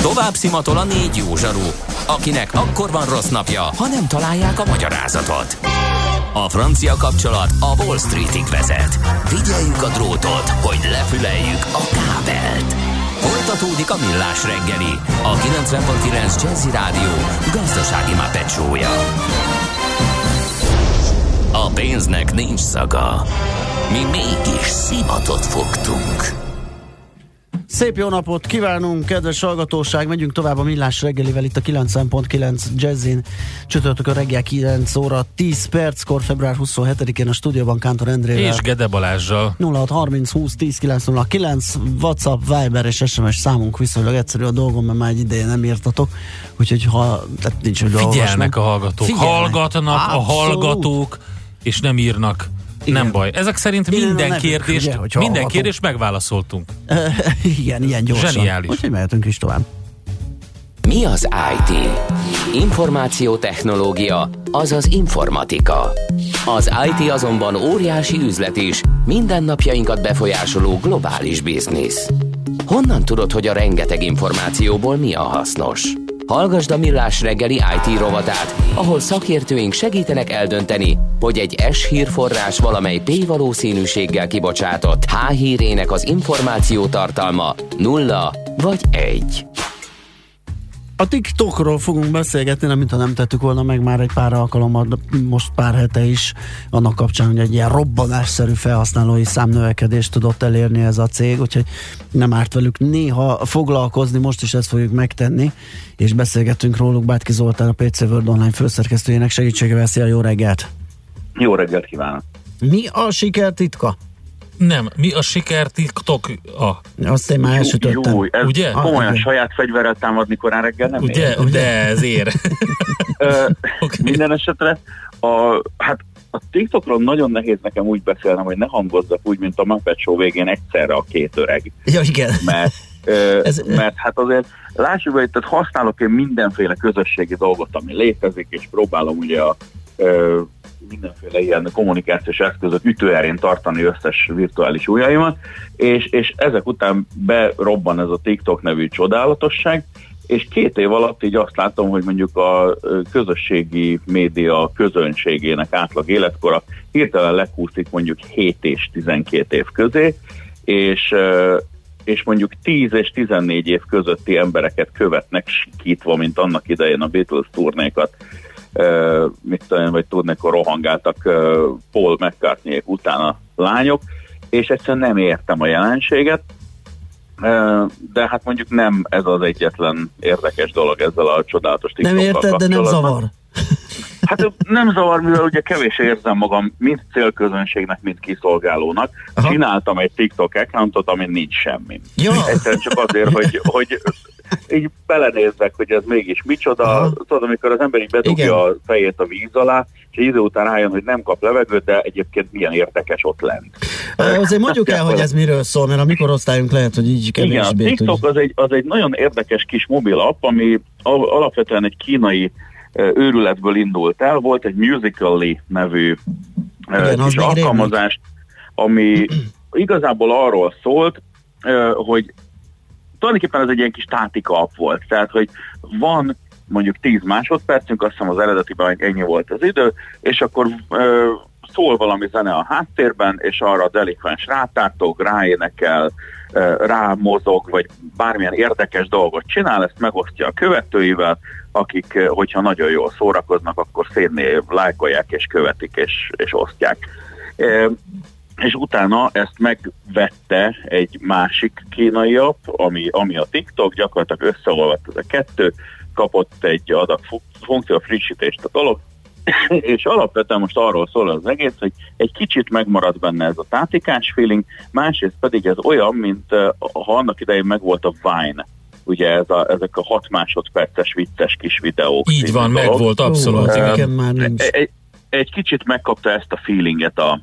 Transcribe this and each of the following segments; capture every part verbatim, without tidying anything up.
Tovább szimatol a négy jó zsaru, akinek akkor van rossz napja, ha nem találják a magyarázatot. A francia kapcsolat a Wall Streetig vezet. Figyeljük a drótot, hogy lefüleljük a kábelt. Folytatódik a Millás reggeli, a kilencven pont kilenc Jazzy Rádió gazdasági mápecsója. A pénznek nincs szaga. Mi mégis szimatot fogtunk. Szép jó napot kívánunk, kedves hallgatóság! Megyünk tovább a Millás reggelivel itt a kilencven pont kilenc Jazzin. Csütörtökön reggel kilenc óra tíz perckor, február huszonhetedikén a stúdióban Kántor Endrével. És Gede Balázsal. nulla hat harminc húsz tíz kilenc nulla kilenc WhatsApp, Viber és es em es számunk viszonylag egyszerű a dolgom, mert már egy ideje nem írtatok. Úgyhogy ha tehát nincs, hogy figyelnek a hallgatók. Figyelnek. Hallgatnak Abszolút. a hallgatók, és nem írnak. Igen. Nem baj. Ezek szerint Igen, minden nevük, kérdést, ugye, minden hallgatunk. kérdést megválaszoltunk. Igen, ilyen gyorsan. Zseniális. Úgyhogy mehetünk is tovább. Mi az i té? Információtechnológia, azaz informatika. Az i té azonban óriási üzlet is, mindennapjainkat befolyásoló globális biznisz. Honnan tudod, hogy a rengeteg információból mi a hasznos? Hallgasd a Millás reggeli i té rovatát, ahol szakértőink segítenek eldönteni, hogy egy S hírforrás valamely P valószínűséggel kibocsátott H hírének az információ tartalma nulla vagy egy. A TikTokról fogunk beszélgetni, nem mintha nem tettük volna meg már egy pár alkalommal, most pár hete is, annak kapcsán, hogy egy ilyen robbanásszerű felhasználói számnövekedést tudott elérni ez a cég, úgyhogy nem árt velük néha foglalkozni, most is ezt fogjuk megtenni, és beszélgettünk róluk Bátki Zoltán, a pé cé World Online főszerkesztőjének segítségével. Szia, jó reggelt! Jó reggelt kívánok! Mi a siker titka? Nem, mi a siker TikTok? A. Azt én már elsütöttem. Jó, ez Ugye? komolyan Ah, saját fegyverrel támadni korán reggel nem Ugye? ér. De ez ér. Ö, Okay. Minden esetre a, hát a TikTokról nagyon nehéz nekem úgy beszélnem, hogy ne hangozzak úgy, mint a Muppet Show végén egyszerre a két öreg. Ja, igen. Mert, ö, Ez- mert hát azért lássuk, hogy tehát használok én mindenféle közösségi dolgot, ami létezik, és próbálom ugye a ö, mindenféle ilyen kommunikációs eszközök ütőerén tartani összes virtuális ujjaimat, és, és ezek után berobban ez a TikTok nevű csodálatosság, és két év alatt így azt látom, hogy mondjuk a közösségi média közönségének átlag életkora hirtelen lekúszik mondjuk hét és tizenkét év közé, és, és mondjuk tíz és tizennégy év közötti embereket követnek sikítva, mint annak idején a Beatles turnékat, Uh, mit tudom, vagy tudnék, rohangáltak uh, Paul McCartney-ék után a lányok, és egyszerűen nem értem a jelenséget, uh, de hát mondjuk nem ez az egyetlen érdekes dolog ezzel a csodálatos TikTokkal Nem érted, de nem zavar. Hát nem zavar, mivel ugye kevés érzem magam mind célközönségnek, mind kiszolgálónak. Aha. Csináltam egy TikTok accountot, amin nincs semmi. Ja. Egyszerűen csak azért, hogy, hogy így belenézzek, hogy ez mégis micsoda. Aha. Tudod, amikor az ember így bedugja Igen. a fejét a víz alá, és idő után rájön, hogy nem kap levegőt, de egyébként milyen érdekes ott lent. Uh, azért mondjuk el, hogy ez miről szól, mert a mikorosztályunk lehet, hogy így Igen, a kevésbé TikTok az egy, az egy nagyon érdekes kis mobil app, ami al- alapvetően egy kínai uh, őrületből indult el. Volt egy Musical.ly nevű uh, Igen, az kis még alkalmazást, ami igazából arról szólt, uh, hogy tulajdonképpen ez egy ilyen kis tátika app volt. Tehát, hogy van mondjuk tíz másodpercünk, azt hiszem az eredetiben ennyi volt az idő, és akkor uh, szól valami zene a háttérben, és arra a delikvens rátártog, ráénekel, rámozog, vagy bármilyen érdekes dolgot csinál, ezt megosztja a követőivel, akik, hogyha nagyon jól szórakoznak, akkor szénné lájkolják, és követik, és, és osztják. E, és utána ezt megvette egy másik kínai app, ami, ami a TikTok, gyakorlatilag összeolvadt ez a kettő, kapott egy adag funkció frissítést a dolog, és alapvetően most arról szól az egész, hogy egy kicsit megmarad benne ez a tátikás feeling, másrészt pedig ez olyan, mint ha annak idején megvolt a Vine, ugye ez a, ezek a hat másodperces vicces kis videók. Így van, meg volt, abszolút. Ó, Igen. már nincs. Egy, egy kicsit megkapta ezt a feelinget a,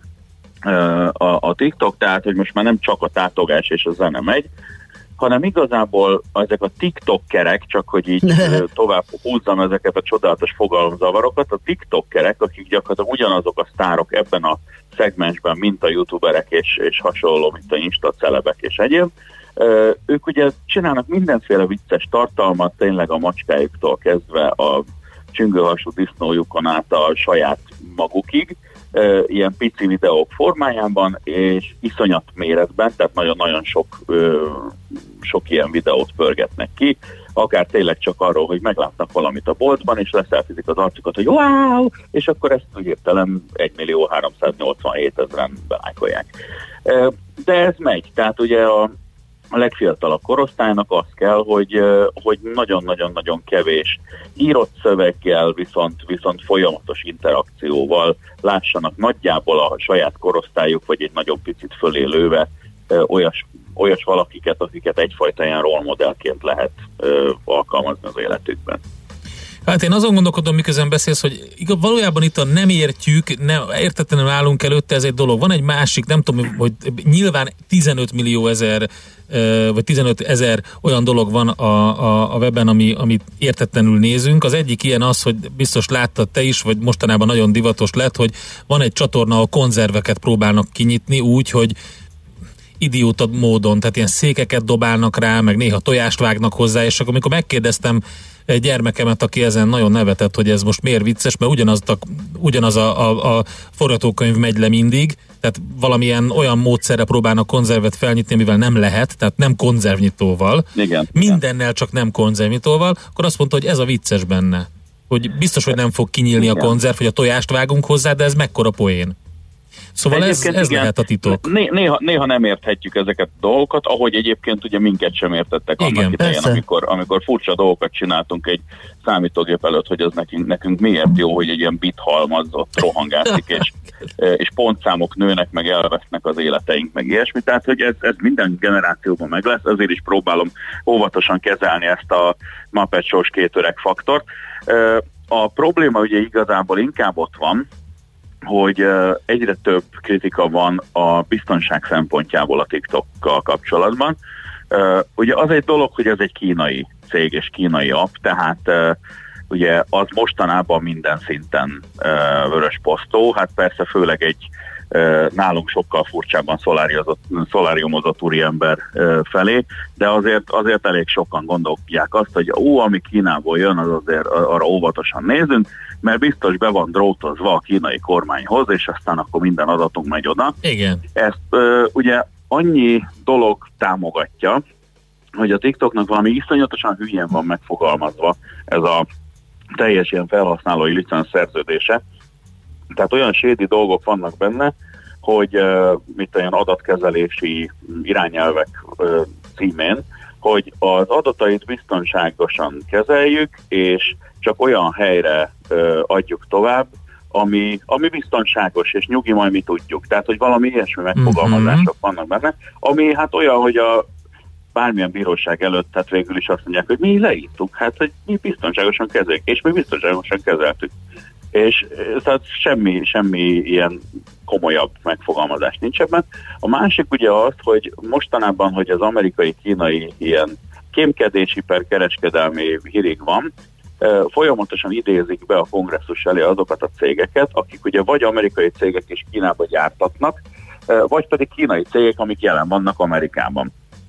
a, a TikTok, tehát hogy most már nem csak a tátogás és a zene megy, hanem igazából ezek a TikTokerek, csak hogy így tovább húzzam ezeket a csodálatos fogalomzavarokat, a TikTokerek, akik gyakorlatilag ugyanazok a sztárok ebben a szegmensben, mint a youtuberek és, és hasonló, mint a Insta celebek és egyéb, Ők ugye csinálnak mindenféle vicces tartalmat, tényleg a macskájuktól kezdve a csüngőhasú disznójukon át a saját magukig, ilyen pici videók formájában, és iszonyat méretben, tehát nagyon-nagyon sok, sok ilyen videót pörgetnek ki, akár tényleg csak arról, hogy meglátnak valamit a boltban, és leszelfizik az arcukat, hogy wow, és akkor ezt hirtelen egymillió-háromszáznyolcvanhétezren belájkolják. De ez megy, tehát ugye a A legfiatalabb korosztálynak az kell, hogy, hogy nagyon-nagyon-nagyon kevés írott szöveggel, viszont, viszont folyamatos interakcióval lássanak nagyjából a saját korosztályuk, vagy egy nagyobb picit fölé lőve olyas, olyas valakiket, akiket egyfajta ilyen rollmodellként lehet alkalmazni az életükben. Hát én azon gondolkodom, miközben beszélsz, hogy igaz, valójában itt a nem értjük, nem, értetlenül állunk előtte, ez egy dolog. Van egy másik, nem tudom, hogy nyilván tizenöt millió ezer, vagy tizenöt ezer olyan dolog van a, a, a webben, ami, amit értetlenül nézünk. Az egyik ilyen az, hogy biztos láttad te is, vagy mostanában nagyon divatos lett, hogy van egy csatorna, ahol konzerveket próbálnak kinyitni úgy, hogy idióta módon, tehát ilyen székeket dobálnak rá, meg néha tojást vágnak hozzá, és akkor amikor megkérdeztem egy gyermekemet, aki ezen nagyon nevetett, hogy ez most miért vicces, mert ugyanaz a, ugyanaz a, a, a forgatókönyv megy le mindig, tehát valamilyen olyan módszerre próbálnak konzervet felnyitni, mivel nem lehet, tehát nem konzervnyitóval, igen, mindennel igen. csak nem konzervnyitóval, akkor azt mondta, hogy ez a vicces benne, hogy biztos, hogy nem fog kinyílni igen. a konzerv, hogy a tojást vágunk hozzá, de ez mekkora poén. Szóval ez, ez lehet a titok. Né- néha, néha nem érthetjük ezeket a dolgokat, ahogy egyébként ugye minket sem értettek annak idején, amikor, amikor furcsa dolgokat csináltunk egy számítógép előtt, hogy az nekünk, nekünk miért jó, hogy egy ilyen bit halmazott rohangászik, és, és pontszámok nőnek, meg elvesznek az életeink, meg ilyesmi. Tehát, hogy ez, ez minden generációban meg lesz, ezért is próbálom óvatosan kezelni ezt a Muppet Show-s két öreg faktort. A probléma ugye igazából inkább ott van, hogy egyre több kritika van a biztonság szempontjából a TikTokkal kapcsolatban. Ugye az egy dolog, hogy ez egy kínai cég és kínai app, tehát ugye az mostanában minden szinten vörös posztó, hát persze főleg egy nálunk sokkal furcsábban szoláriumozott úriember felé, de azért, azért elég sokan gondolják azt, hogy ó, ami Kínából jön, az azért arra óvatosan nézünk, mert biztos be van drótozva a kínai kormányhoz, és aztán akkor minden adatunk megy oda. Igen. Ezt ugye annyi dolog támogatja, hogy a TikToknak valami iszonyatosan hülyén van megfogalmazva ez a teljes ilyen felhasználói licenc szerződése. Tehát olyan shady dolgok vannak benne, hogy uh, mit olyan adatkezelési irányelvek uh, címén, hogy az adatait biztonságosan kezeljük, és csak olyan helyre uh, adjuk tovább, ami, ami biztonságos, és nyugi, majd mi tudjuk. Tehát, hogy valami ilyesmi megfogalmazások uh-huh. vannak benne, ami hát olyan, hogy a bármilyen bíróság előtt, tehát végül is azt mondják, hogy mi leírtuk, hát, hogy mi biztonságosan kezeljük, és mi biztonságosan kezeltük. És tehát semmi, semmi ilyen komolyabb megfogalmazás nincs ebben. A másik ugye az, hogy mostanában, hogy az amerikai-kínai ilyen kémkedési per kereskedelmi hírig van, folyamatosan idézik be a kongresszus elé azokat a cégeket, akik ugye vagy amerikai cégek és Kínába gyártatnak, vagy pedig kínai cégek, amik jelen vannak Amerikában.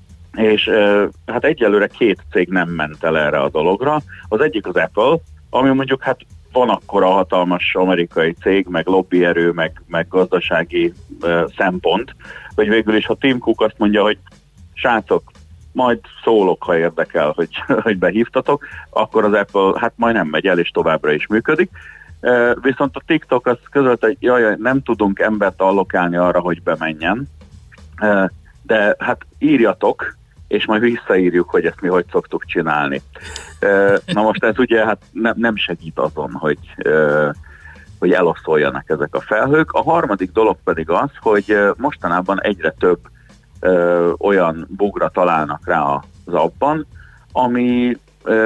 És hát egyelőre két cég nem ment el erre a dologra. Az egyik az Apple, ami mondjuk hát van akkora hatalmas amerikai cég, meg lobbyerő, meg, meg gazdasági uh, szempont, hogy végül is, ha Tim Cook azt mondja, hogy srácok, majd szólok, ha érdekel, hogy, hogy behívtatok, akkor az Apple hát majd nem megy el, és továbbra is működik. Uh, viszont a TikTok azt közölte, hogy jaj, nem tudunk embert allokálni arra, hogy bemenjen, uh, de hát írjatok, és majd visszaírjuk, hogy ezt mi hogy szoktuk csinálni. Na most ez ugye hát ne, nem segít azon, hogy, hogy eloszoljanak ezek a felhők. A harmadik dolog pedig az, hogy mostanában egyre több olyan bugra találnak rá az appban, ami,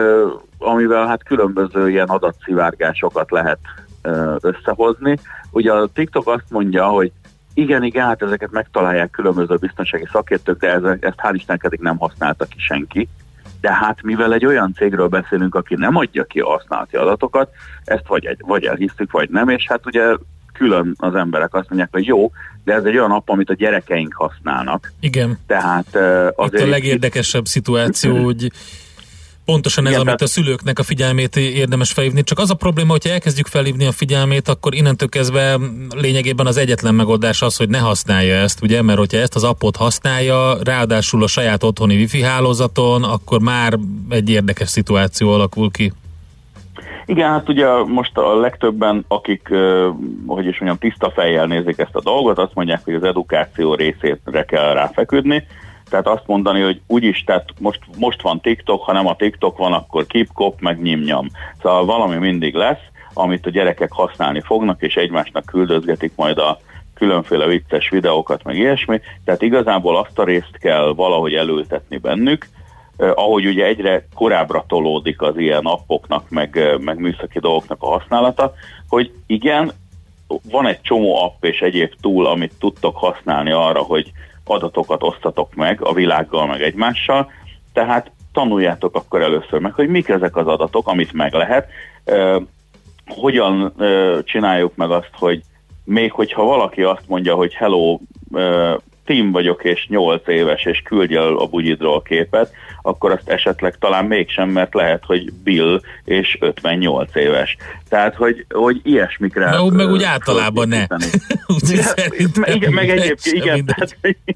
amivel hát különböző ilyen adatszivárgásokat lehet összehozni. Ugye a TikTok azt mondja, hogy igen, igen, hát ezeket megtalálják különböző biztonsági szakértők, de ez, ezt hál' Istennek eddig nem használta ki senki. De hát mivel egy olyan cégről beszélünk, aki nem adja ki a használati adatokat, ezt vagy, egy, vagy elhisztük, vagy nem, és hát ugye külön az emberek azt mondják, hogy jó, de ez egy olyan app, amit a gyerekeink használnak. Igen. Tehát azért... Itt a legérdekesebb szituáció, hogy pontosan ez, igen, amit tehát... a szülőknek a figyelmét érdemes felhívni. Csak az a probléma, hogyha elkezdjük felhívni a figyelmét, akkor innentől kezdve lényegében az egyetlen megoldás az, hogy ne használja ezt, ugye? Mert hogyha ezt az appot használja, ráadásul a saját otthoni wifi hálózaton, akkor már egy érdekes szituáció alakul ki. Igen, hát ugye most a legtöbben, akik, hogy is mondjam, tiszta fejjel nézik ezt a dolgot, azt mondják, hogy az edukáció részére kell ráfeküdni. Tehát azt mondani, hogy úgyis, tehát most, most van TikTok, ha nem a TikTok van, akkor kip-kop, meg nyim-nyam. Szóval valami mindig lesz, amit a gyerekek használni fognak, és egymásnak küldözgetik majd a különféle vicces videókat, meg ilyesmi. Tehát igazából azt a részt kell valahogy elültetni bennük, eh, ahogy ugye egyre korábbra tolódik az ilyen appoknak, meg, meg műszaki dolgoknak a használata, hogy igen, van egy csomó app és egyéb tool, amit tudtok használni arra, hogy adatokat osztatok meg a világgal, meg egymással, tehát tanuljátok akkor először meg, hogy mik ezek az adatok, amit meg lehet, uh, hogyan uh, csináljuk meg azt, hogy még hogyha valaki azt mondja, hogy hello, uh, Tim vagyok és nyolc éves, és küldj el a bugyidról képet, akkor azt esetleg talán mégsem, mert lehet, hogy Bill és ötvennyolc éves. Tehát, hogy, hogy ilyesmikre... Na, meg úgy általában ne. Igen, meg egyébként, igen, tehát,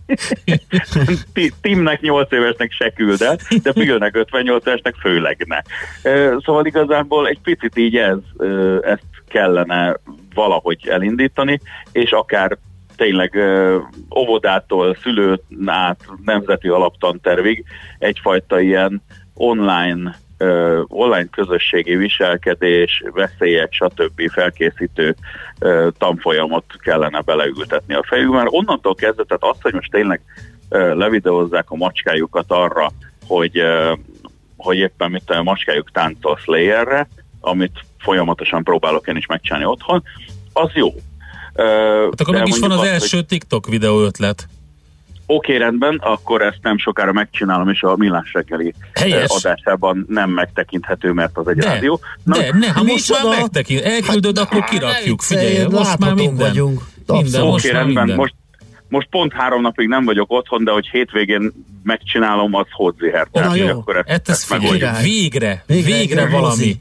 Timnek nyolc évesnek se küld el, de Billnek ötvennyolc évesnek főleg ne. Szóval igazából egy picit így ez, ezt kellene valahogy elindítani, és akár tényleg uh, óvodától, szülőn át, nemzeti alaptantervig egyfajta ilyen online, uh, online közösségi viselkedés, veszélyek, stb. Felkészítő uh, tanfolyamot kellene beleültetni a fejükbe, mert onnantól kezdve, tehát azt, hogy most tényleg uh, levideózzák a macskájukat arra, hogy, uh, hogy éppen mit a macskájuk táncol Slayerre, amit folyamatosan próbálok én is megcsinálni otthon, az jó. Uh, hát akkor meg is van az azt, első hogy... TikTok videó ötlet. Oké, okay, rendben, akkor ezt nem sokára megcsinálom, és a Millás reggeli Helyes. adásában nem megtekinthető, mert az egy de, rádió. Na, de, ne, ha most már megtekint, elküldöd, hát, akkor kirakjuk, figyelj, most már minden. Vagyunk. Minden, most okay, rendben, minden. Most, most pont három napig nem vagyok otthon, de hogy hétvégén megcsinálom, az hódziher. Na jó, akkor ezt, ezt, ezt figyelj, végre, végre, végre valami.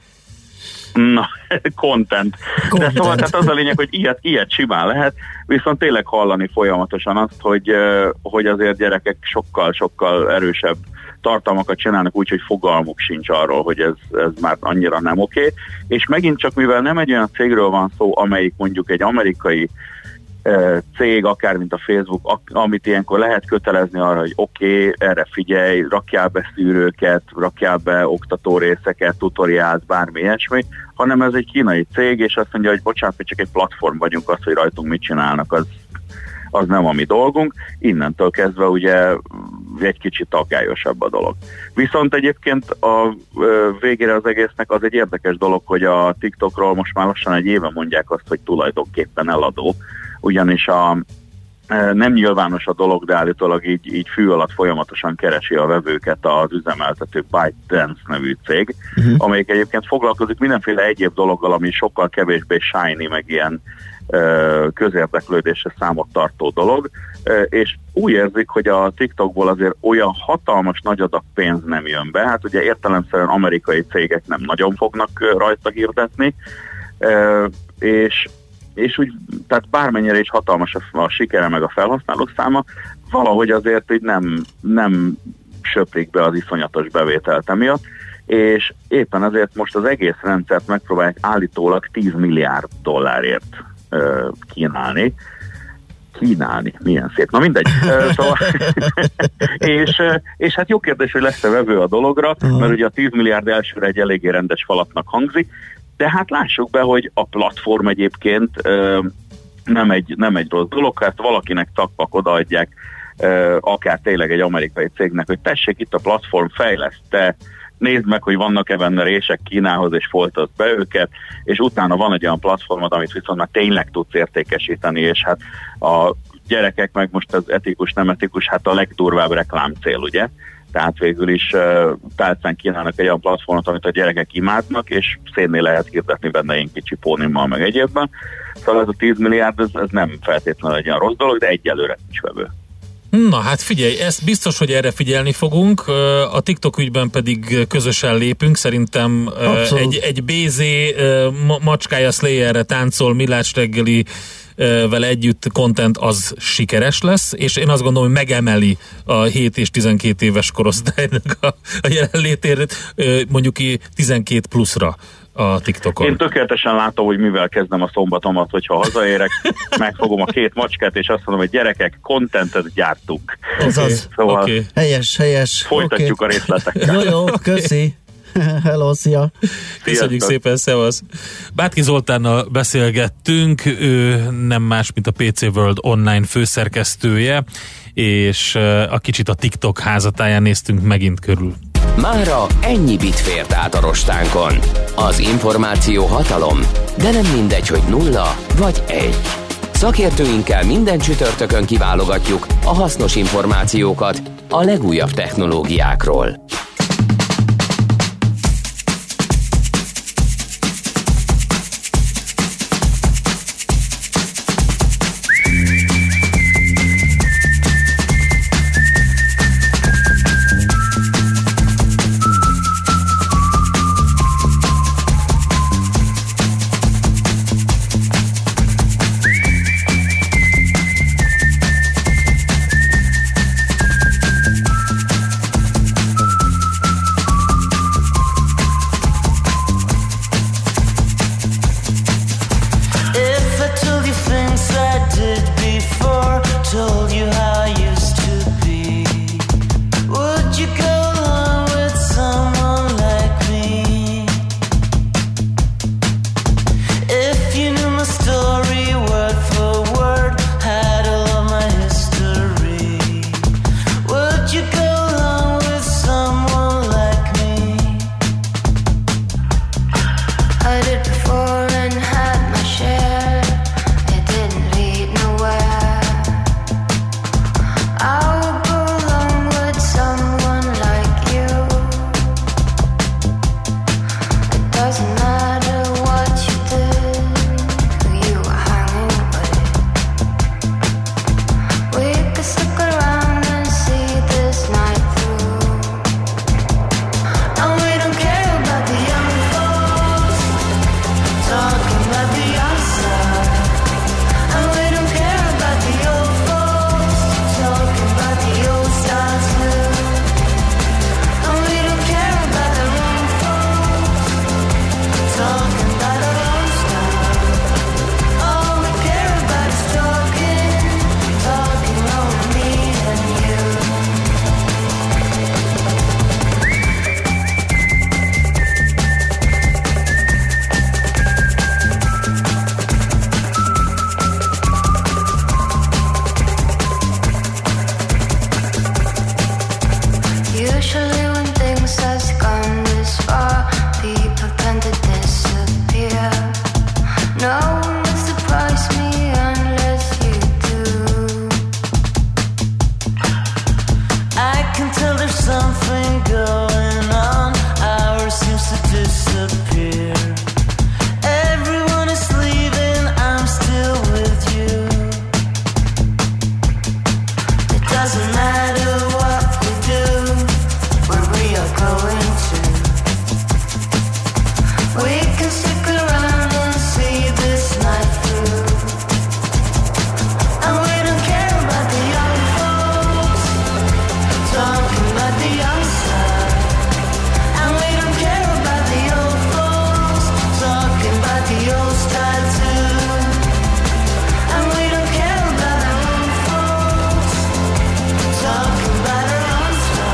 Na, content. content. De szóval tehát az a lényeg, hogy ilyet, ilyet simán lehet, viszont tényleg hallani folyamatosan azt, hogy, hogy azért gyerekek sokkal-sokkal erősebb tartalmakat csinálnak úgy, hogy fogalmuk sincs arról, hogy ez, ez már annyira nem oké. Okay. És megint csak, mivel nem egy olyan cégről van szó, amelyik mondjuk egy amerikai cég, akár mint a Facebook, amit ilyenkor lehet kötelezni arra, hogy oké, okay, erre figyelj, rakjál be szűrőket, rakjál be oktató részeket, tutoriált, bármi ilyesmi, hanem ez egy kínai cég, és azt mondja, hogy bocsánat, hogy csak egy platform vagyunk, az, hogy rajtunk mit csinálnak, az, az nem a mi dolgunk. Innentől kezdve ugye egy kicsit aggályosabb a dolog. Viszont egyébként a végére az egésznek az egy érdekes dolog, hogy a TikTokról most már lassan egy éve mondják azt, hogy tulajdonképpen eladó, ugyanis a, nem nyilvános a dolog, de állítólag így, így fű alatt folyamatosan keresi a vevőket az üzemeltető ByteDance nevű cég, uh-huh. amelyik egyébként foglalkozik mindenféle egyéb dologgal, ami sokkal kevésbé shiny, meg ilyen közérdeklődésre számot tartó dolog, és úgy érzik, hogy a TikTokból azért olyan hatalmas nagy adag pénz nem jön be, hát ugye értelemszerűen amerikai cégek nem nagyon fognak rajta hirdetni, és és úgy, tehát bármennyire is hatalmas a, a sikere meg a felhasználók száma, valahogy azért így nem, nem söprik be az iszonyatos bevételt emiatt, és éppen ezért most az egész rendszert megpróbálják állítólag tíz milliárd dollárért ö, kínálni. Kínálni, milyen szép. Na mindegy. Szóval, és, és hát jó kérdés, hogy lesz-e vevő a dologra, mert ugye a tíz milliárd elsőre egy eléggé rendes falatnak hangzik, de hát lássuk be, hogy a platform egyébként ö, nem, egy, nem egy rossz dolog, hát valakinek cakpak odaadják, ö, akár tényleg egy amerikai cégnek, hogy tessék, itt a platform, fejleszte, nézd meg, hogy vannak-e benne rések Kínához, és folytasd be őket, és utána van egy olyan platformod, amit viszont már tényleg tudsz értékesíteni, és hát a gyerekek meg most az etikus, nem etikus, hát a legdurvább reklám cél, ugye? Tehát végül is uh, tálcán kínálnak egy olyan platformot, amit a gyerekek imádnak, és szénné lehet hirdetni benne én kicsi pónimmal, meg egyébben. Szóval ez a tíz milliárd, ez, ez nem feltétlenül egy olyan rossz dolog, de egyelőre nincs vevő. Na hát figyelj, ezt biztos, hogy erre figyelni fogunk, a TikTok ügyben pedig közösen lépünk, szerintem Abszolút. egy, egy bé zé macskája Slayerre táncol Millás reggeli vele együtt content az sikeres lesz, és én azt gondolom, hogy megemeli a hét és tizenkét éves korosztálynak a, a jelenlétét, mondjuk tizenkét pluszra a TikTokon. Én tökéletesen látom, hogy mivel kezdem a szombatomat, hogyha hazaérek, megfogom a két macskát, és azt mondom, hogy gyerekek, contentet gyártunk. Ez okay. az. Szóval okay. Helyes, helyes. Folytatjuk okay. a részletekkel. Jó, jó, köszi. Hello, szia! Köszönjük szépen, szevasz! Bátki Zoltánnal beszélgettünk, ő nem más, mint a pé cé World online főszerkesztője, és a kicsit a TikTok házatáján néztünk megint körül. Mára ennyi bit fért át a rostánkon. Az információ hatalom, de nem mindegy, hogy nulla vagy egy. Szakértőinkkel minden csütörtökön kiválogatjuk a hasznos információkat a legújabb technológiákról.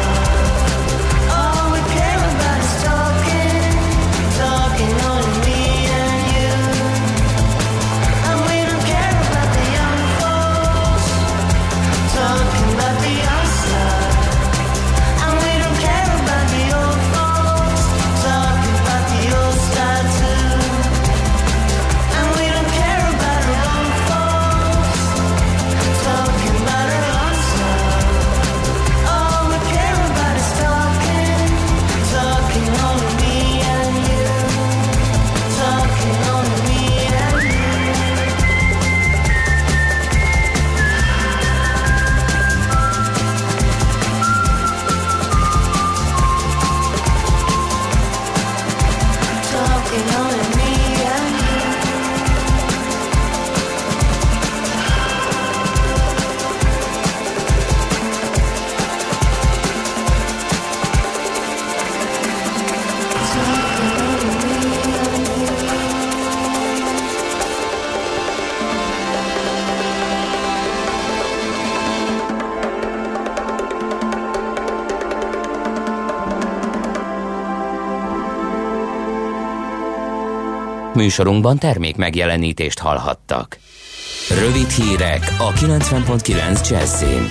Talking on me can only me and you. Műsorunkban termék megjelenítést hallhattak. Rövid hírek a kilencven pont kilenc Jazzyn.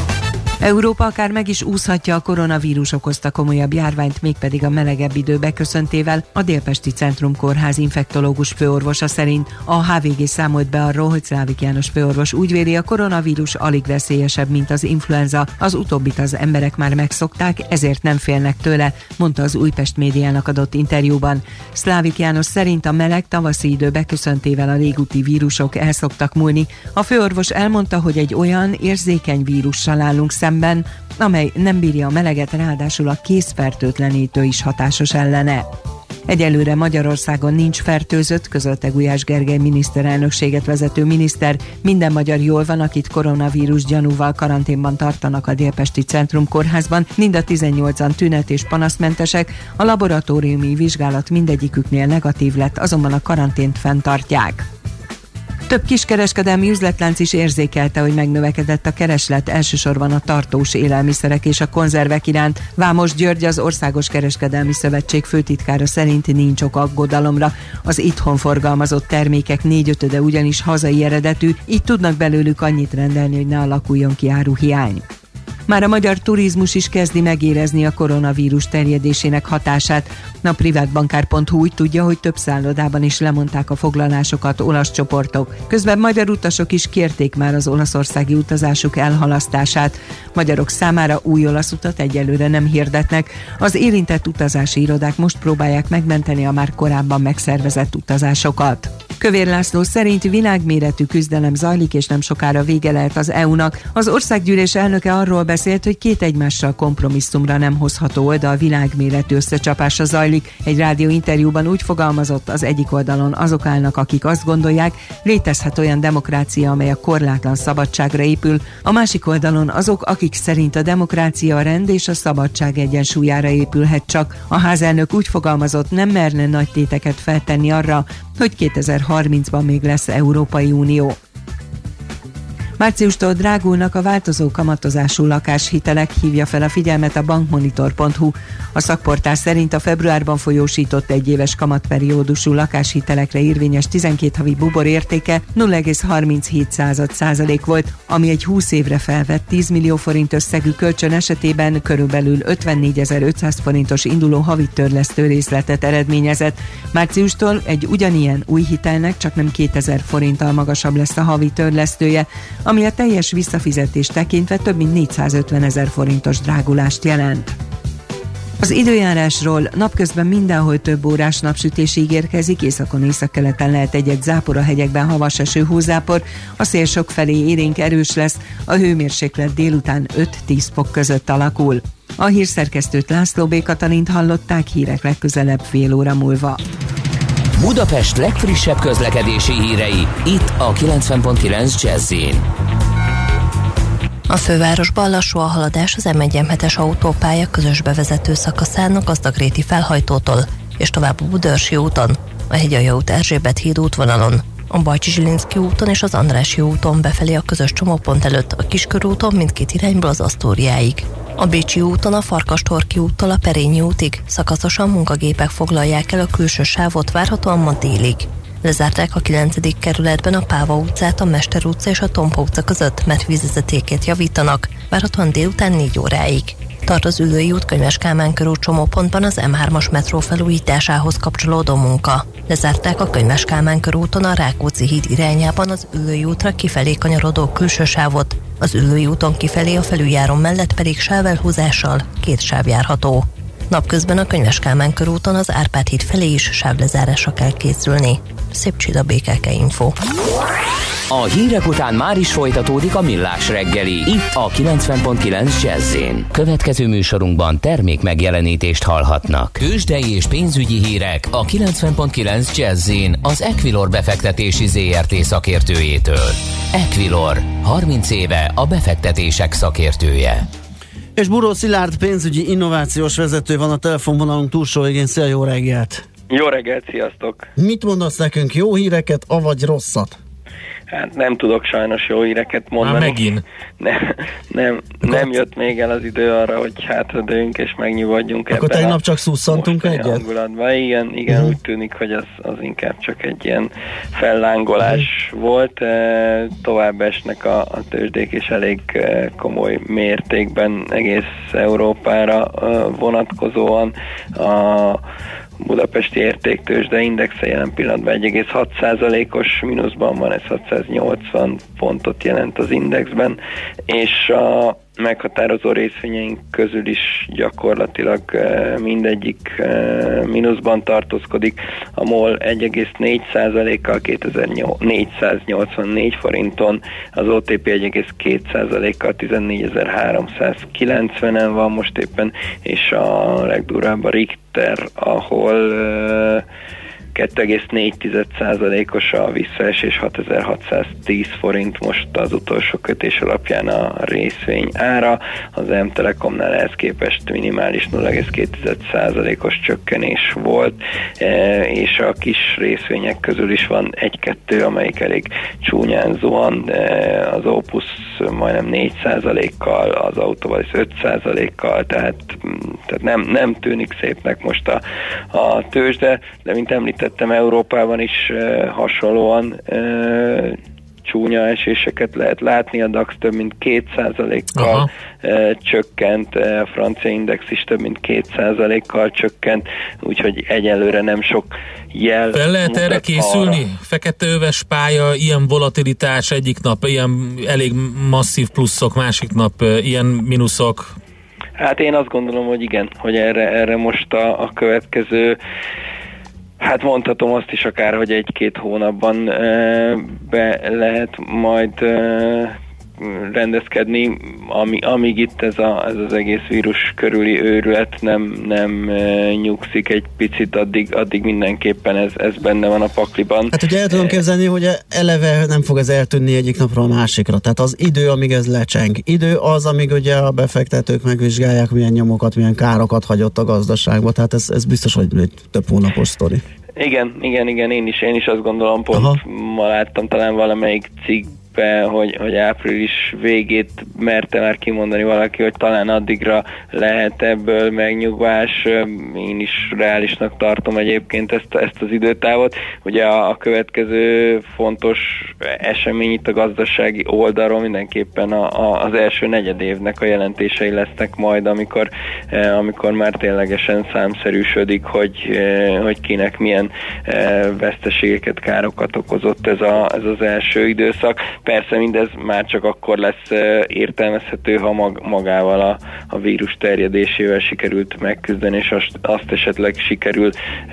Európa akár meg is úszhatja a koronavírus okozta komolyabb járványt, mégpedig a melegebb idő beköszöntével. A Délpesti Centrum Kórház infektológus főorvosa szerint a há vé gé számolt be arról, hogy Szlávik János főorvos úgy véli, a koronavírus alig veszélyesebb, mint az influenza. Az utóbbit az emberek már megszokták, ezért nem félnek tőle, mondta az Újpest médiának adott interjúban. Szlávik János szerint a meleg tavaszi idő beköszöntével a légúti vírusok el szoktak múlni. A főorvos elmondta, hogy egy olyan érzékeny vírussal állunk szemben, amely nem bírja a meleget, ráadásul a készfertőtlenítő is hatásos ellene. Egyelőre Magyarországon nincs fertőzött, közölte Gulyás Gergely miniszterelnökséget vezető miniszter. Minden magyar jól van, akit koronavírus gyanúval karanténban tartanak a Délpesti Centrum Kórházban. Mind a tizennyolcan tünet- és panaszmentesek, a laboratóriumi vizsgálat mindegyiküknél negatív lett, azonban a karantént fenntartják. Több kiskereskedelmi üzletlánc is érzékelte, hogy megnövekedett a kereslet, elsősorban a tartós élelmiszerek és a konzervek iránt. Vámos György, az Országos Kereskedelmi Szövetség főtitkára szerint nincs ok aggodalomra. Az itthon forgalmazott termékek négyötöde ugyanis hazai eredetű, így tudnak belőlük annyit rendelni, hogy ne alakuljon ki áruhiány. Már a magyar turizmus is kezdi megérezni a koronavírus terjedésének hatását. A privátbankár pont hu úgy tudja, hogy több szállodában is lemondták a foglalásokat olasz csoportok. Közben magyar utasok is kérték már az olaszországi utazásuk elhalasztását. Magyarok számára új olasz utat egyelőre nem hirdetnek. Az érintett utazási irodák most próbálják megmenteni a már korábban megszervezett utazásokat. Kövér László szerint világméretű küzdelem zajlik, és nem sokára vége lehet az é u-nak. Az országgyűlés elnöke arról beszélt, hogy két egymással kompromisszumra nem hozható oldal világméretű összecsapása zajlik. Egy rádió interjúban úgy fogalmazott, az egyik oldalon azok állnak, akik azt gondolják, létezhet olyan demokrácia, amely a korlátlan szabadságra épül, a másik oldalon azok, akik szerint a demokrácia a rend és a szabadság egyensúlyára épülhet csak. A házelnök úgy fogalmazott, nem merne nagy téteket feltenni arra, hogy kétezer-harmincban még lesz Európai Unió. Márciustól drágulnak a változó kamatozású lakáshitelek, hívja fel a figyelmet a bankmonitor pont hu. A szakportál szerint a februárban folyósított egyéves kamatperiódusú lakáshitelekre érvényes tizenkét havi bubor értéke nulla egész harminchét százalék volt, ami egy húsz évre felvett tíz millió forint összegű kölcsön esetében körülbelül ötvennégyezer-ötszáz forintos induló havi törlesztő részletet eredményezett. Márciustól egy ugyanilyen új hitelnek csak nem kétezer forinttal magasabb lesz a havi törlesztője, ami a teljes visszafizetés tekintve több mint négyszázötvenezer forintos drágulást jelent. Az időjárásról: napközben mindenhol több órás napsütés ígérkezik, északon északkeleten lehet egy-egy zápor, a hegyekben havas eső, hózápor, a szél sokfelé élénk erős lesz, a hőmérséklet délután öt-tíz fok között alakul. A hírszerkesztőt, László B. Katalint hallották, hírek legközelebb fél óra múlva. Budapest legfrissebb közlekedési hírei, itt a kilencven pont kilenc Jazzyn. A fővárosban lassú a haladás az em egy em hetes autópálya közös bevezető szakaszán a Gazdagréti felhajtótól és tovább a Budaörsi úton, a Hegyalja út Erzsébet híd útvonalon, a Bajcsy-Zsilinszky úton és az Andrássy úton befelé a közös csomópont előtt, a Kiskörúton mindkét irányból az Asztóriáig. A Bécsi úton a Farkastorki úttól a Perényi útig szakaszosan munkagépek foglalják el a külső sávot, várhatóan ma délig. Lezárták a kilencedik kerületben a Páva utcát, a Mester utca és a Tompa utca között, mert vízvezetékét javítanak, várhatóan délután négy óráig. Tart az Üllői út Könyves Kálmán körút csomópontban az em hármas metró felújításához kapcsolódó munka. Lezárták a Könyves Kálmán körúton a Rákóczi híd irányában az Üllői útra kifelé kanyarodó külső sávot, az Üllői úton kifelé a felüljárón mellett pedig sávelhúzással két sáv járható. Napközben a Könyves Kálmán körúton az Árpád híd felé is sávlezárásra kell készülni. Szép Csida, bé ká ká Info. A hírek után már is folytatódik a Millás reggeli, itt a kilencven pont kilenc Jazz-én. Következő műsorunkban termék megjelenítést hallhatnak. Tőzsdei és pénzügyi hírek a kilencven pont kilenc Jazz-én az Equilor befektetési zé er té szakértőjétől. Equilor, harminc éve a befektetések szakértője. És Buró Szilárd pénzügyi innovációs vezető van a telefonvonalunk túlsó végén. Szia, jó reggelt! Jó reggelt, sziasztok! Mit mondasz nekünk, jó híreket, avagy rosszat? Hát nem tudok sajnos jó híreket mondani. Már megint. Nem, nem, nem jött még el az idő arra, hogy hátradőjünk és megnyugodjunk. Akkor tegnap csak szusszantunk egyet? Hangulatban. Igen, igen uh-huh. Úgy tűnik, hogy az, az inkább csak egy ilyen fellángolás uh-huh. volt. Tovább esnek a, a tőzsdék, és elég komoly mértékben egész Európára vonatkozóan. A budapesti értéktőzsde indexe jelen pillanatban egy egész hat százalékos mínuszban van, ez hatszáznyolcvan pontot jelent az indexben, és a meghatározó részvényeink közül is gyakorlatilag mindegyik mínuszban tartózkodik. A MOL egy egész négy százalékkal kétezer-négyszáznyolcvannégy forinton, az o té pé egy egész két százalékkal tizennégyezer-háromszázkilencvenen van most éppen, és a legdurvább a Richter, ahol kettő egész négy százalékos a visszaesés, hatezer-hatszáztíz forint most az utolsó kötés alapján a részvény ára. Az M-Telekomnál ehhez képest minimális nulla egész két százalékos csökkenés volt, és a kis részvények közül is van egy-kettő, amelyik elég csúnyán zuhan, az Opus majdnem négy százalékkal, az Autovalis öt százalékkal, tehát, tehát nem, nem tűnik szépnek most a, a tőzsde, de mint említettem, Európában is uh, hasonlóan uh, csúnya eséseket lehet látni, a DAX több mint két százalékkal uh, csökkent, uh, a francia index is több mint két százalékkal csökkent, úgyhogy egyelőre nem sok jel. Fel lehet erre készülni? Arra. Feketeöves pálya, ilyen volatilitás egyik nap, ilyen elég masszív pluszok, másik nap uh, ilyen mínuszok? Hát én azt gondolom, hogy igen, hogy erre, erre most a, a következő, hát mondhatom azt is akár, hogy egy-két hónapban e, be lehet majd e, rendezkedni, ami, amíg itt ez, a, ez az egész vírus körüli őrület nem, nem e, nyugszik egy picit, addig, addig mindenképpen ez, ez benne van a pakliban. Hát ugye el tudom képzelni, hogy eleve nem fog ez eltűnni egyik napról a másikra. Tehát az idő, amíg ez lecseng. Idő az, amíg ugye a befektetők megvizsgálják, milyen nyomokat, milyen károkat hagyott a gazdaságba. Tehát ez, ez biztos, hogy több hónapos sztori. Igen, igen, igen, én is, én is azt gondolom, pont Aha. ma láttam talán valamelyik cikk, Hogy, hogy április végét merte már kimondani valaki, hogy talán addigra lehet ebből megnyugvás. Én is reálisnak tartom egyébként ezt, ezt az időtávot. Ugye a, a következő fontos esemény itt a gazdasági oldalról mindenképpen a, a, az első negyedévnek a jelentései lesznek majd, amikor, eh, amikor már ténylegesen számszerűsödik, hogy, eh, hogy kinek milyen eh, veszteségeket, károkat okozott ez, a, ez az első időszak. Persze mindez már csak akkor lesz uh, értelmezhető, ha mag, magával a, a vírus terjedésével sikerült megküzdeni, és azt, azt esetleg sikerül uh,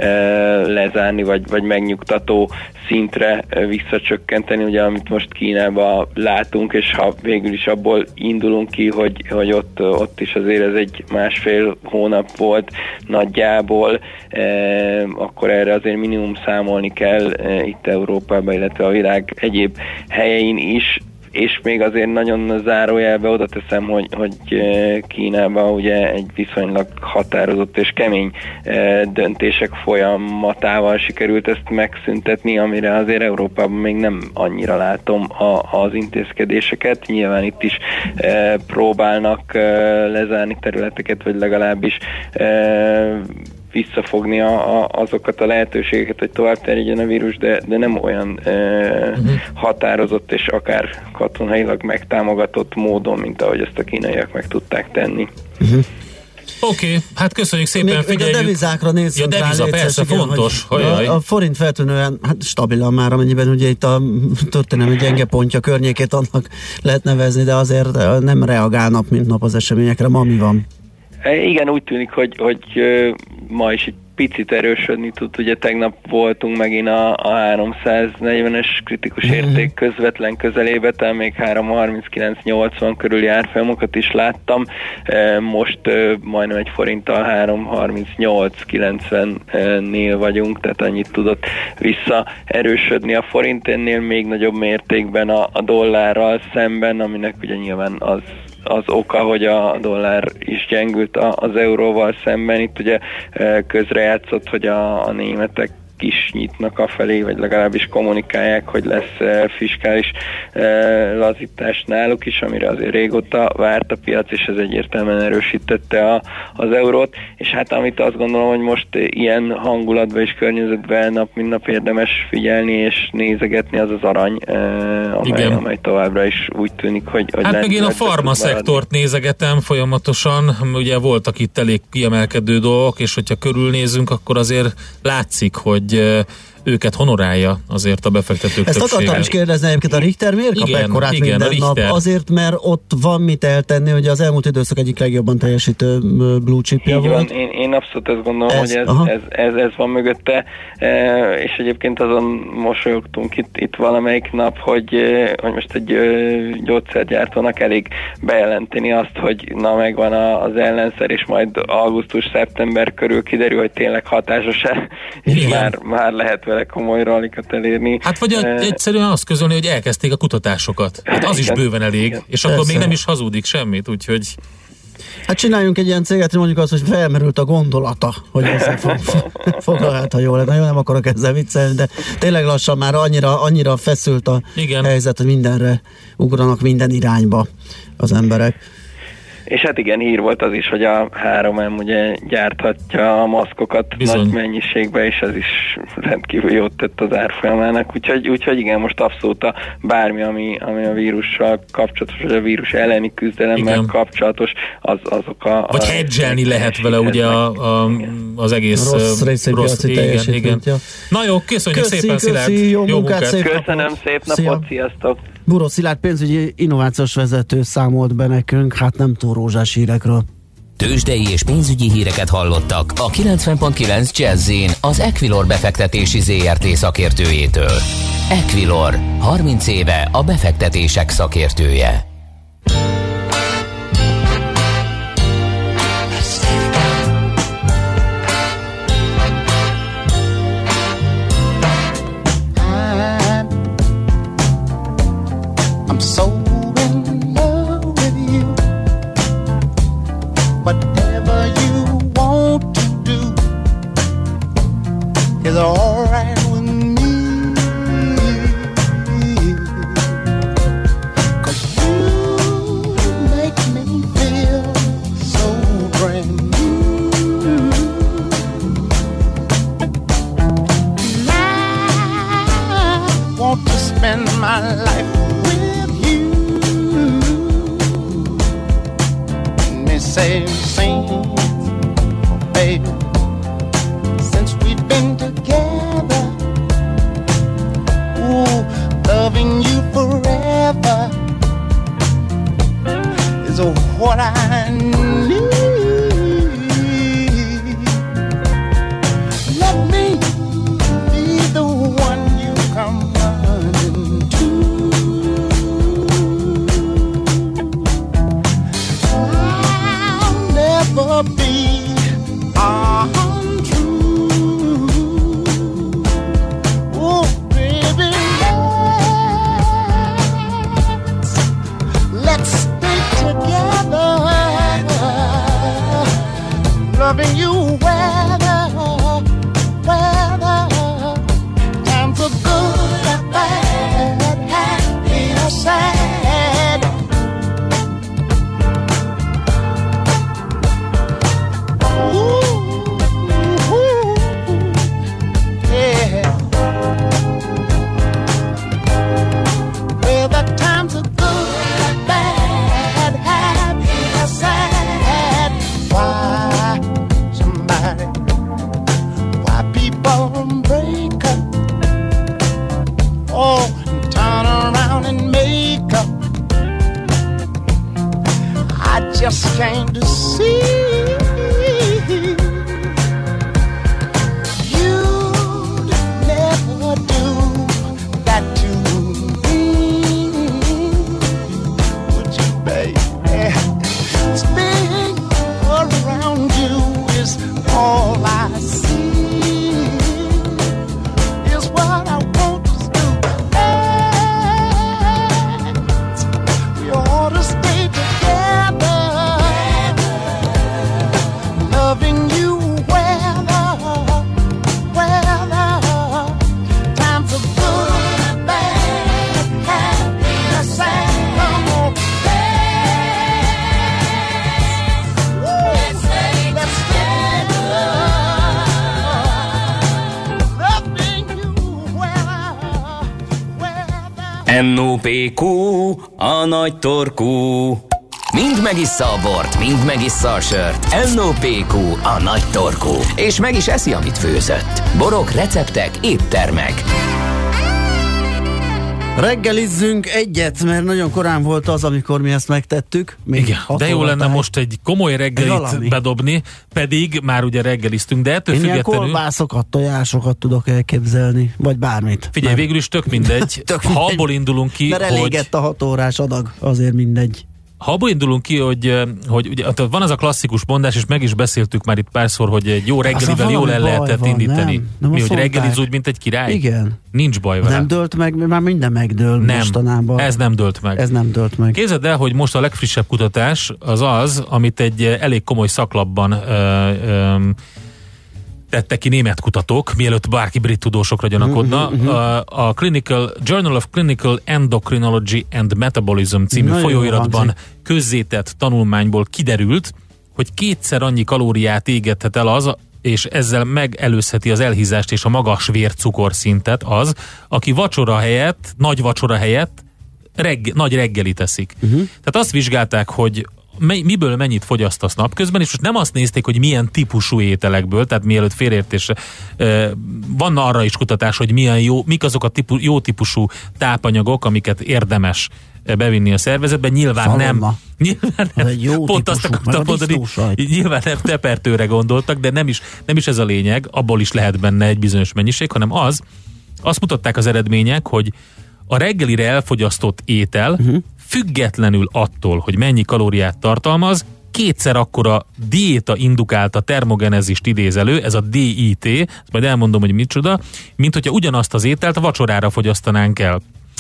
lezárni, vagy, vagy megnyugtató szintre uh, visszacsökkenteni, ugye amit most Kínában látunk, és ha végül is abból indulunk ki, hogy, hogy ott, ott is azért ez egy másfél hónap volt nagyjából, uh, akkor erre azért minimum számolni kell uh, itt Európában, illetve a világ egyéb helyein is, és még azért nagyon zárójelbe oda teszem, hogy, hogy Kínában ugye egy viszonylag határozott és kemény döntések folyamatával sikerült ezt megszüntetni, amire azért Európában még nem annyira látom a, az intézkedéseket. Nyilván itt is próbálnak lezárni területeket, vagy legalábbis visszafogni a, a, azokat a lehetőségeket, hogy tovább terjedjen a vírus, de, de nem olyan e, uh-huh. határozott és akár katonailag megtámogatott módon, mint ahogy ezt a kínaiak meg tudták tenni. Uh-huh. Oké, okay, hát köszönjük szépen, még, figyeljük. Még a devizákra nézzünk ja, deviza, rá. Persze, igen, fontos. Hogy a, a forint feltűnően hát stabilan már, amennyiben ugye itt a történelmi gyenge pontja környékét annak lehet nevezni, de azért nem reagál nap mint nap az eseményekre. Ma mi van? Igen, úgy tűnik, hogy, hogy ma is itt picit erősödni tud. Ugye tegnap voltunk megint a, a háromszáznegyvenes kritikus mm-hmm. érték közvetlen közelébe, tehát még három harminckilenc nyolcvan körüli árfolyamokat is láttam. Most majdnem egy forinttal három harmincnyolc kilencvennél vagyunk, tehát annyit tudott visszaerősödni a forint, ennél még nagyobb mértékben a, a dollárral szemben, aminek ugye nyilván az az oka, hogy a dollár is gyengült az euróval szemben. Itt ugye közrejátszott, hogy a, a németek is nyitnak afelé, vagy legalábbis kommunikálják, hogy lesz fiskális lazítás náluk is, amire azért régóta várt a piac, és ez egyértelműen erősítette a, az eurót, és hát amit azt gondolom, hogy most ilyen hangulatban és környezetben nap mint nap érdemes figyelni és nézegetni, az az arany, amely, amely továbbra is úgy tűnik, hogy, hogy hát meg én a farmaszektort nézegetem folyamatosan, ugye voltak itt elég kiemelkedő dolgok, és hogyha körülnézünk, akkor azért látszik, hogy őket honorálja azért a befektetők Ezt többsége. akartam is kérdezni, egyébként a Richter miért kap ekkorát minden nap? Azért, mert ott van mit eltenni, hogy az elmúlt időszak egyik legjobban teljesítő blue chipja Így volt. Van. Én, én abszolút azt gondolom, ez, hogy ez, ez, ez, ez van mögötte, e, és egyébként azon mosolyogtunk itt, itt valamelyik nap, hogy, hogy most egy gyógyszergyártónak elég bejelenteni azt, hogy na megvan az ellenszer, és majd augusztus-szeptember körül kiderül, hogy tényleg hatásos-e, és már, már lehet vele komoly rallikat elérni. Hát vagy uh, egyszerűen azt közölni, hogy elkezdték a kutatásokat. Hát az is bőven elég, igen. És akkor persze. Még nem is hazudik semmit, úgyhogy... Hát csináljunk egy ilyen céget, hogy mondjuk azt, hogy felmerült a gondolata, hogy ezzel fog, fog hát ha jól lenne. Nagyon nem akarok ezzel viccelni, de tényleg lassan már annyira, annyira feszült a igen. helyzet, hogy mindenre ugranak minden irányba az emberek. És hát igen, hír volt az is, hogy a három em ugye gyárthatja a maszkokat bizony. Nagy mennyiségbe, és ez is rendkívül jót tett az árfolyamának. Úgyhogy, úgyhogy igen, most abszolút a bármi, ami, ami a vírussal kapcsolatos, vagy a vírus elleni küzdelemmel igen. kapcsolatos, az, azok a... Vagy hedgelni lehet vele ugye a, a, az egész rossz részépiaci teljesítményt. Na jó, köszönjük köszi, szépen, köszi, Szilárd. Jó, jó munkát, szép Köszönöm, napot. Szép napot, Szia. Sziasztok! Buró Szilárd pénzügyi innovációs vezető számolt be nekünk, hát nem túl rózsás hírekről. Tőzsdei és pénzügyi híreket hallottak a kilencven pont kilenc Jazz-in az Equilor befektetési zé er té szakértőjétől. Equilor, harminc éve a befektetések szakértője. en o pé kú, a nagy torkú. Mind megissza a bort, mind megissza a sört. en o pé kú, a nagy torkú. És meg is eszi, amit főzött. Borok, receptek, éttermek. Reggelizzünk egyet, mert nagyon korán volt az, amikor mi ezt megtettük. Még igen, de jó lenne táj. most egy komoly reggelit egy bedobni, pedig már ugye reggeliztünk, de ettől Én függetlenül... ilyen kolbászokat, tojásokat tudok elképzelni, vagy bármit. Figyelj, végül is tök mindegy. tök ha mindegy. abból indulunk ki, mert elégett hogy... a hat órás adag, azért mindegy. Ha abból indulunk ki, hogy, hogy ugye, van az a klasszikus mondás, és meg is beszéltük már itt párszor, hogy egy jó reggelivel jól el lehetett van, indítani. Nem, nem Mi, hogy mondták. reggeliz úgy, mint egy király? Igen. Nincs baj vele. Nem dőlt meg, már minden megdől nem, mostanában. ez nem dőlt meg. Ez nem dőlt meg. Képzeld el, hogy most a legfrissebb kutatás az az, amit egy elég komoly szaklapban ö, ö, tettek ki német kutatók, mielőtt bárki brit tudósokra gyanakodna. Uh-huh, uh-huh. A, a Clinical, Journal of Clinical Endocrinology and Metabolism című nagyon folyóiratban közzétett tanulmányból kiderült, hogy kétszer annyi kalóriát égethet el az, és ezzel megelőzheti az elhízást és a magas vércukorszintet az, aki vacsora helyett, nagy vacsora helyett regg, nagy reggelit teszik. Uh-huh. Tehát azt vizsgálták, hogy miből mennyit fogyasztasz napközben, és most nem azt nézték, hogy milyen típusú ételekből, tehát mielőtt félreértésre, van arra is kutatás, hogy milyen jó, mik azok a típu, jó típusú tápanyagok, amiket érdemes bevinni a szervezetbe, nyilván Szalonna. nem nyilván nem, jó pont azt akartam mondani, nyilván nem tepertőre gondoltak, de nem is, nem is ez a lényeg, abból is lehet benne egy bizonyos mennyiség, hanem az, azt mutatták az eredmények, hogy a reggelire elfogyasztott étel uh-huh. függetlenül attól, hogy mennyi kalóriát tartalmaz, kétszer akkora diéta indukálta termogenezist idéz elő, ez a dé i té, ezt majd elmondom, hogy micsoda, mint hogyha ugyanazt az ételt a vacsorára fogyasztanánk el.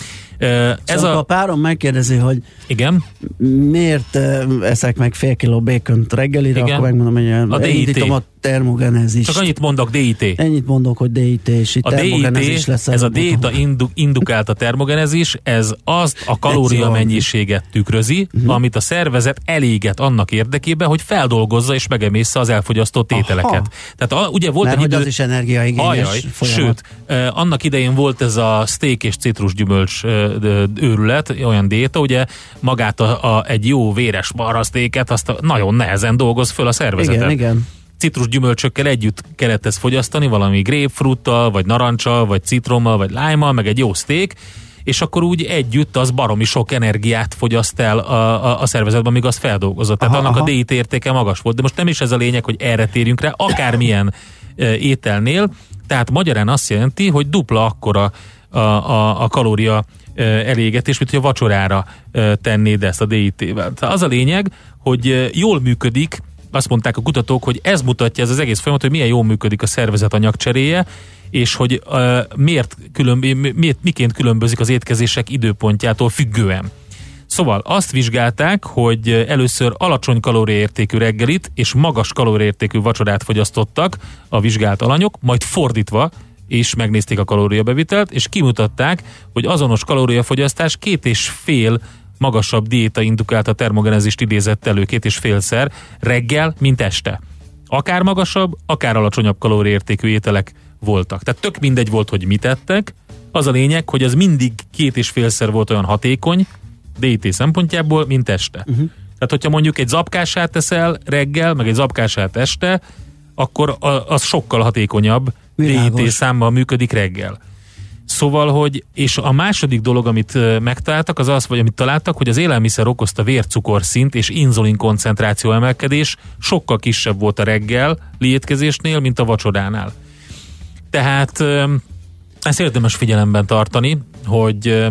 Ez szóval a... a párom megkérdezi, hogy igen? miért eszek meg fél kiló békönt reggelire, igen? Akkor megmondom, hogy a elindítom a termogenezist. Csak annyit mondok, dé i té. Ennyit mondok, hogy dé i té, és itt a termogenezis lesz. Ez a diéta indu, indukált a termogenezis, ez azt a kalória mennyiséget tükrözi, uh-huh. amit a szervezet eléget annak érdekében, hogy feldolgozza és megemészze az elfogyasztott ételeket. Tehát a, ugye volt Mert egy hogy idő... az is energiaigényes folyamat. Sőt, eh, annak idején volt ez a steak és citrusgyümölcs eh, őrület, olyan diéta, ugye magát a, a, egy jó véres marhasztéket, azt nagyon nehezen dolgoz föl a szervezetet. Igen, igen. Citrusgyümölcsökkel együtt kellett ezt fogyasztani, valami grapefruittal, vagy narancsal, vagy citrommal, vagy lájmmal, meg egy jó steak, és akkor úgy együtt az baromi sok energiát fogyaszt el a, a, a szervezetben, amíg azt feldolgozott. Tehát aha, annak aha. a dé i té értéke magas volt. De most nem is ez a lényeg, hogy erre térjünk rá, akármilyen e, ételnél. Tehát magyarán azt jelenti, hogy dupla akkora a, a, a kalória e, elégetés, mint hogy a vacsorára e, tennéd ezt a dé i té-vel. Tehát az a lényeg, hogy e, jól működik. Azt mondták a kutatók, hogy ez mutatja, ez az egész folyamat, hogy milyen jól működik a szervezet anyagcseréje, és hogy uh, miért különb, miért, miként különbözik az étkezések időpontjától függően. Szóval azt vizsgálták, hogy először alacsony kalóriaértékű reggelit és magas kalóriaértékű vacsorát fogyasztottak a vizsgált alanyok, majd fordítva és megnézték a kalóriabevitelt, és kimutatták, hogy azonos kalóriafogyasztás két és fél magasabb diéta indukált a termogenezist idézett elő két és félszer reggel, mint este. Akár magasabb, akár alacsonyabb kalóriaértékű ételek voltak. Tehát tök mindegy volt, hogy mit ettek. Az a lényeg, hogy az mindig két és félszer volt olyan hatékony dé i té szempontjából, mint este. Uh-huh. Tehát, hogyha mondjuk egy zapkását teszel reggel, meg egy zapkását este, akkor az sokkal hatékonyabb Világos. dé i té számmal működik reggel. Szóval, hogy, és a második dolog, amit megtaláltak, az az, vagy amit találtak, hogy az élelmiszer okozta vércukorszint és inzulin koncentráció emelkedés sokkal kisebb volt a reggel étkezésnél, mint a vacsoránál. Tehát ezt érdemes figyelemben tartani, hogy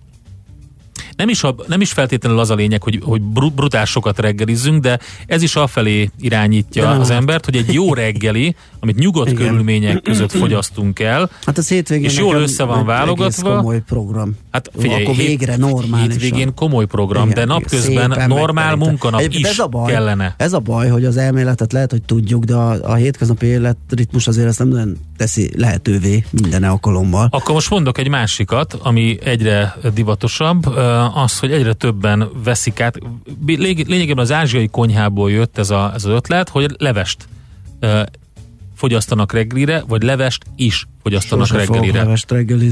nem is, a, nem is feltétlenül az a lényeg, hogy, hogy brutál sokat reggelizzünk, de ez is afelé irányítja az embert, hogy egy jó reggeli, amit nyugodt igen. körülmények között fogyasztunk el, hát az hétvégén és jól össze van válogatva. Komoly program. Hát figyelj, akkor végre normálisan. Hétvégén komoly program, igen, de napközben normál munkanap is ez a baj, kellene. Ez a baj, hogy az elméletet lehet, hogy tudjuk, de a, a hétköznapi életritmus azért ezt nem nagyon teszi lehetővé minden alkalommal. Akkor most mondok egy másikat, ami egyre divatosabb, az, hogy egyre többen veszik át. Lényegében az ázsiai konyhából jött ez, a, ez az ötlet, hogy levest fogyasztanak reggelire, vagy levest is fogyasztanak Sose reggelire. Sose levest reggelizni.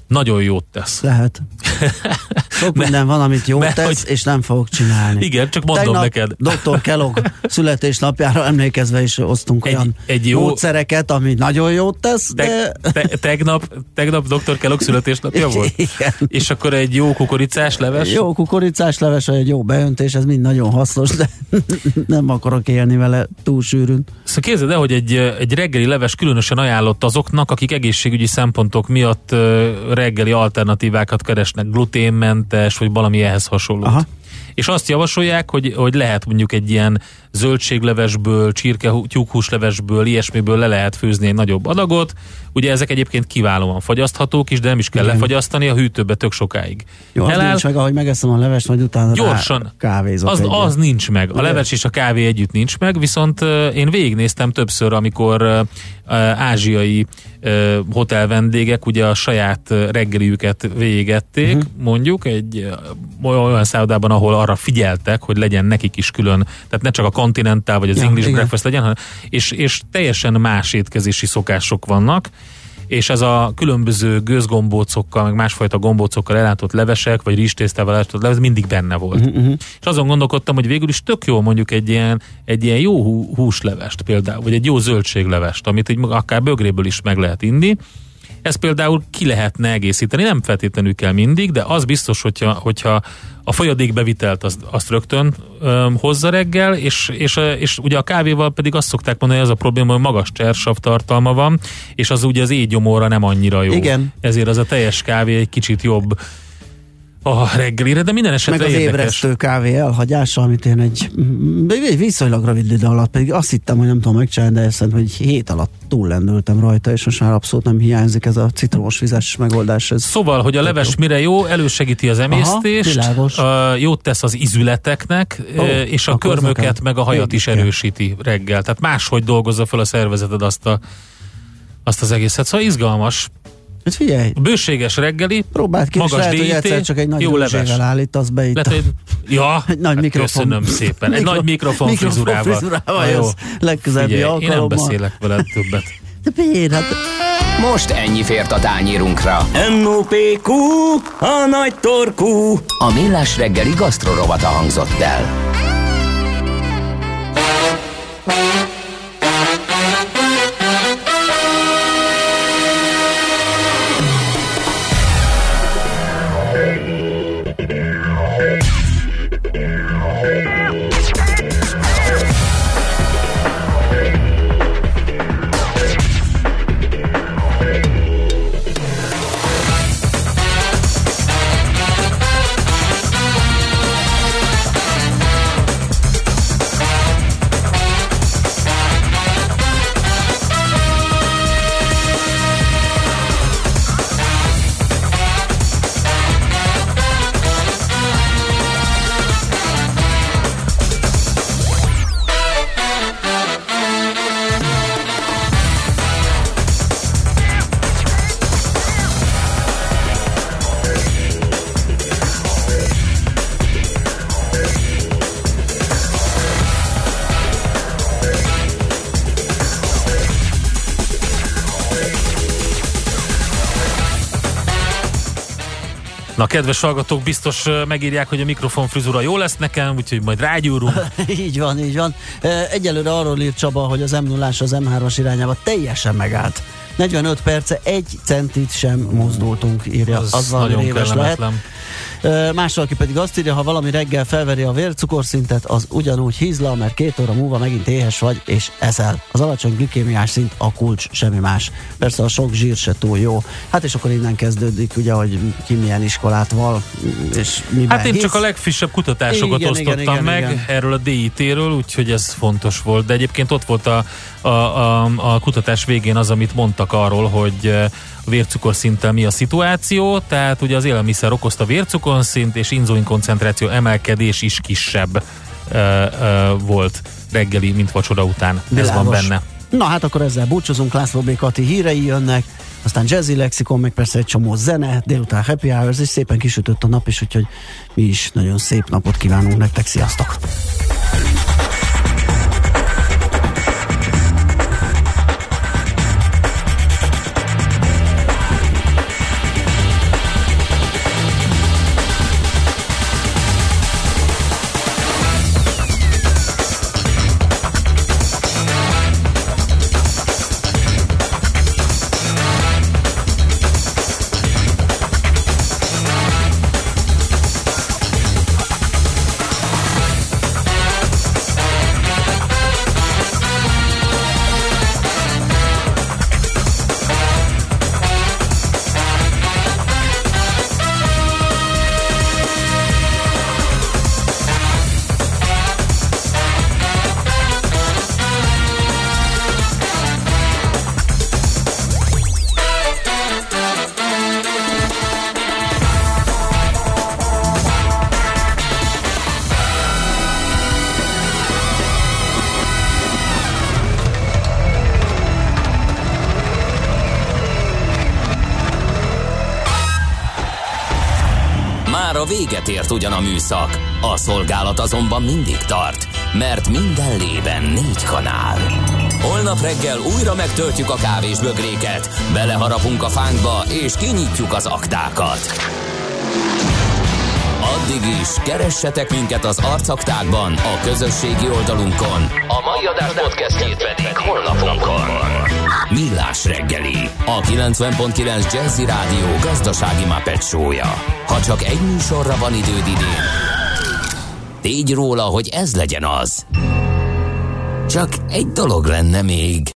nagyon jót tesz. Lehet. Sok minden van, amit jót mert, tesz, hogy... és nem fogok csinálni. Igen, csak mondom Tegnap neked. doktor Kellogg születésnapjára emlékezve is osztunk egy, olyan egy jó... módszereket, ami nagyon jót tesz, de... Te, te, tegnap, tegnap doktor Kellogg születésnapja volt? Igen. És akkor egy jó kukoricás leves? Jó kukoricás leves, egy jó beöntés, ez mind nagyon hasznos, de nem akarok élni vele túl sűrűn. Szóval képzeld el, hogy egy, egy reggeli leves különösen ajánlott azoknak, akik egészségügyi szempontok miatt reggeli alternatívákat keresnek, gluténmentes, vagy valami ehhez hasonlót. Aha. És azt javasolják, hogy, hogy lehet mondjuk egy ilyen zöldséglevesből, csirke tyúkhúslevesből, ilyesmiből le lehet főzni egy nagyobb adagot. Ugye ezek egyébként kiválóan fagyaszthatók is, de nem is kell Igen. lefagyasztani, a hűtőbe tök sokáig. Jó, az nincs meg, ahogy megeszem a levest, majd utána gyorsan kávézok. Az, az nincs meg. A leves és a kávé együtt nincs meg, viszont uh, én végignéztem többször, amikor uh, ázsiai uh, hotel vendégek ugye a saját uh, reggeliüket végigették, uh-huh. mondjuk egy uh, olyan szállodában, ahol arra figyeltek, hogy legyen nekik is külön, tehát ne csak a Continental vagy az ja, English igen. breakfast legyen, hanem, és, és teljesen más étkezési szokások vannak, és ez a különböző gőzgombócokkal, meg másfajta gombócokkal ellátott levesek, vagy rizstésztával ellátott leves, mindig benne volt. Uh-huh. És azon gondolkodtam, hogy végül is tök jó mondjuk egy ilyen, egy ilyen jó hú, húslevest például, vagy egy jó zöldséglevest, amit így akár bögréből is meg lehet inni. Ez például ki lehetne egészíteni, nem feltétlenül kell mindig, de az biztos, hogyha, hogyha a folyadékbevitelt azt, azt rögtön öm, hozza reggel, és, és, és ugye a kávéval pedig azt szokták mondani, hogy ez a probléma, hogy magas csersav tartalma van, és az ugye az éjgyomorra nem annyira jó. Igen. Ezért az a teljes kávé egy kicsit jobb a reggelire, de minden esetre meg az érdekes. Ébresztő kávé elhagyása, amit én egy, egy viszonylag rövid idő alatt, pedig azt hittem, hogy nem tudom megcsinálni, de szerintem, hogy hét alatt túllendültem rajta, és most már abszolút nem hiányzik ez a citromos vizes megoldás. Ez szóval, hogy a leves jó. Mire jó, elősegíti az emésztést, Aha, jót tesz az izületeknek, oh, és a körmöket meg a hajat is erősíti reggel. Tehát máshogy dolgozza fel a szervezeted azt, a, azt az egészet. Szóval izgalmas. Hát figyelj! Bőséges reggeli, próbáld ki, magas lehet, hogy egyszer csak egy nagy jó leves. állítasz be itt. Lehet, hogy, ja, egy nagy hát mikrofon. Köszönöm szépen. Egy Mikro, nagy mikrofon, mikrofon frizurával. frizurával jó. Legközelebbi alkalommal. Én nem beszélek veled többet. De miért? Hát... Most ennyi fért a tányérunkra. em o pé kú, a nagy torkú. A Millás reggeli gasztrorovata hangzott el. Na, kedves hallgatók, biztos megírják, hogy a mikrofon frizura jó lesz nekem, úgyhogy majd rágyúrunk. Így van, így van. Egyelőre arról írt Csaba, hogy az em nullás az em hármas irányába teljesen megállt. negyvenöt perce egy centit sem mozdultunk, írja. Az az nagyon éves kellemetlen. Lehet. Más valaki pedig azt írja, ha valami reggel felveri a vércukorszintet, az ugyanúgy hízla, mert két óra múlva megint éhes vagy, és eszel. Az alacsony glikémiás szint a kulcs, semmi más. Persze a sok zsír se túl jó. Hát és akkor innen kezdődik, ugye, hogy ki milyen iskolát val, és miben Hát én hisz. csak a legfrissebb kutatásokat igen, osztottam igen, igen, meg igen. erről a dé i té-ről, úgyhogy ez fontos volt. De egyébként ott volt a, a, a, a kutatás végén az, amit mondtak arról, hogy a vércukorszinttel mi a szituáció, tehát ugye az élelmiszer okozta vércukorszint és inzulin koncentráció emelkedés is kisebb ö, ö, volt reggeli, mint vacsora után. Bilágos. Ez van benne. Na hát akkor ezzel búcsúzunk, László B. Kati hírei jönnek, aztán Jazzy Lexikon, meg persze egy csomó zene, délután Happy Hours, és szépen kisütött a nap is, úgyhogy mi is nagyon szép napot kívánunk nektek, sziasztok! véget ért ugyan a műszak, a szolgálat azonban mindig tart, mert minden lében négy kanál. Holnap reggel újra megtöltjük a kávésbögréket, beleharapunk a fánkba és kinyitjuk az aktákat. Addig is keressetek minket az arcaktákban, a közösségi oldalunkon. A mai adás podcastjét pedig honlapunkon. Millás reggeli, a kilencven pont kilenc Jazzy Rádió gazdasági Muppet show-ja. Ha csak egy műsorra van időd idén, tégy róla, hogy ez legyen az. Csak egy dolog lenne még.